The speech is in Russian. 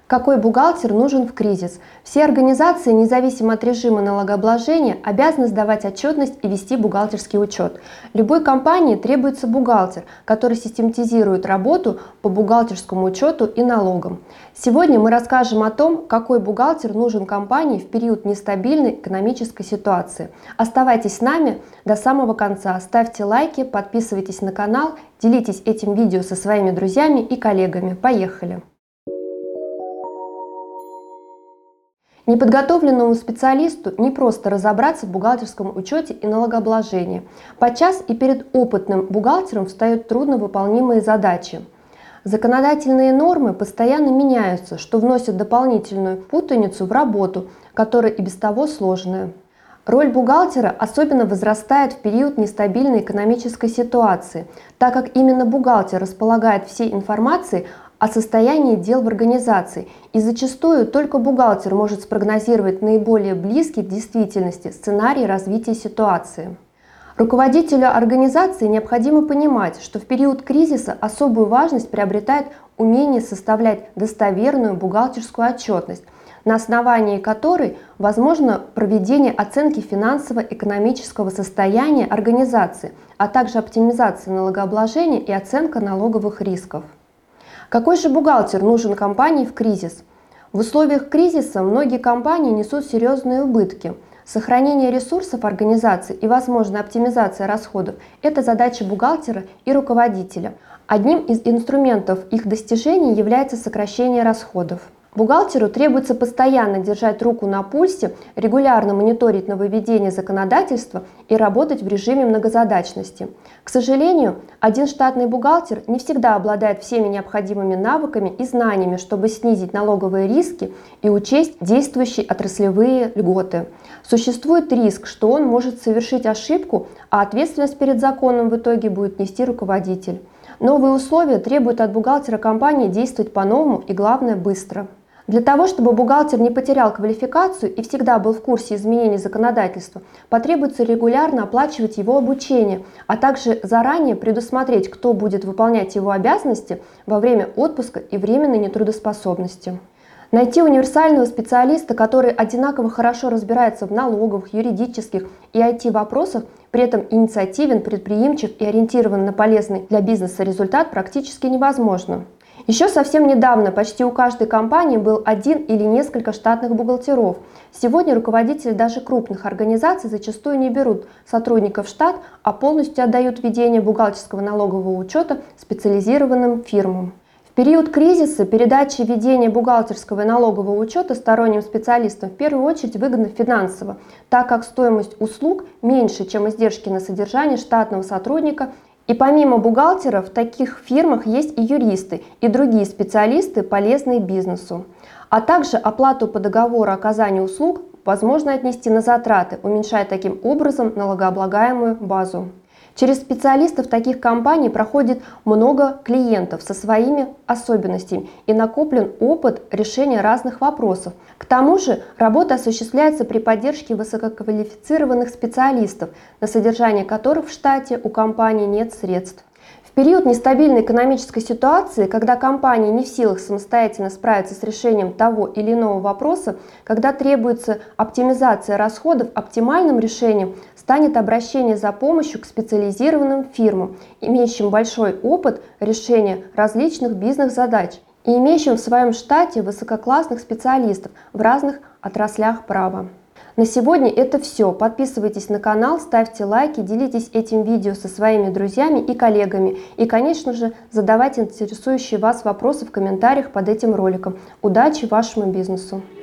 Какой бухгалтер нужен в кризис? Все организации, независимо от режима налогообложения, обязаны сдавать отчетность и вести бухгалтерский учет. Любой компании требуется бухгалтер, который систематизирует работу по бухгалтерскому учету и налогам. Сегодня мы расскажем о том, какой бухгалтер нужен компании в период нестабильной экономической ситуации. Оставайтесь с нами до самого конца, ставьте лайки, подписывайтесь на канал, делитесь этим видео со своими друзьями и коллегами. Поехали! Неподготовленному специалисту не просто разобраться в бухгалтерском учете и налогообложении. Подчас и перед опытным бухгалтером встают трудновыполнимые задачи. Законодательные нормы постоянно меняются, что вносит дополнительную путаницу в работу, которая и без того сложная. Роль бухгалтера особенно возрастает в период нестабильной экономической ситуации, так как именно бухгалтер располагает всей информацией о состоянии дел в организации, и зачастую только бухгалтер может спрогнозировать наиболее близкий к действительности сценарий развития ситуации. Руководителю организации необходимо понимать, что в период кризиса особую важность приобретает умение составлять достоверную бухгалтерскую отчетность, на основании которой возможно проведение оценки финансово-экономического состояния организации, а также оптимизация налогообложения и оценка налоговых рисков. Какой же бухгалтер нужен компании в кризис? В условиях кризиса многие компании несут серьезные убытки. Сохранение ресурсов организации и возможная оптимизация расходов – это задача бухгалтера и руководителя. Одним из инструментов их достижения является сокращение расходов. Бухгалтеру требуется постоянно держать руку на пульсе, регулярно мониторить нововведения законодательства и работать в режиме многозадачности. К сожалению, один штатный бухгалтер не всегда обладает всеми необходимыми навыками и знаниями, чтобы снизить налоговые риски и учесть действующие отраслевые льготы. Существует риск, что он может совершить ошибку, а ответственность перед законом в итоге будет нести руководитель. Новые условия требуют от бухгалтера компании действовать по-новому и, главное, быстро. Для того, чтобы бухгалтер не потерял квалификацию и всегда был в курсе изменений законодательства, потребуется регулярно оплачивать его обучение, а также заранее предусмотреть, кто будет выполнять его обязанности во время отпуска и временной нетрудоспособности. Найти универсального специалиста, который одинаково хорошо разбирается в налоговых, юридических и IT-вопросах, при этом инициативен, предприимчив и ориентирован на полезный для бизнеса результат, практически невозможно. Еще совсем недавно почти у каждой компании был один или несколько штатных бухгалтеров. Сегодня руководители даже крупных организаций зачастую не берут сотрудников в штат, а полностью отдают ведение бухгалтерского налогового учета специализированным фирмам. В период кризиса передача ведения бухгалтерского и налогового учета сторонним специалистам в первую очередь выгодна финансово, так как стоимость услуг меньше, чем издержки на содержание штатного сотрудника. И помимо бухгалтеров в таких фирмах есть и юристы, и другие специалисты, полезные бизнесу. А также оплату по договору оказания услуг возможно отнести на затраты, уменьшая таким образом налогооблагаемую базу. Через специалистов таких компаний проходит много клиентов со своими особенностями и накоплен опыт решения разных вопросов. К тому же работа осуществляется при поддержке высококвалифицированных специалистов, на содержание которых в штате у компании нет средств. В период нестабильной экономической ситуации, когда компания не в силах самостоятельно справиться с решением того или иного вопроса, когда требуется оптимизация расходов, оптимальным решением станет обращение за помощью к специализированным фирмам, имеющим большой опыт решения различных бизнес-задач и имеющим в своем штате высококлассных специалистов в разных отраслях права. На сегодня это все. Подписывайтесь на канал, ставьте лайки, делитесь этим видео со своими друзьями и коллегами. И, конечно же, задавайте интересующие вас вопросы в комментариях под этим роликом. Удачи вашему бизнесу!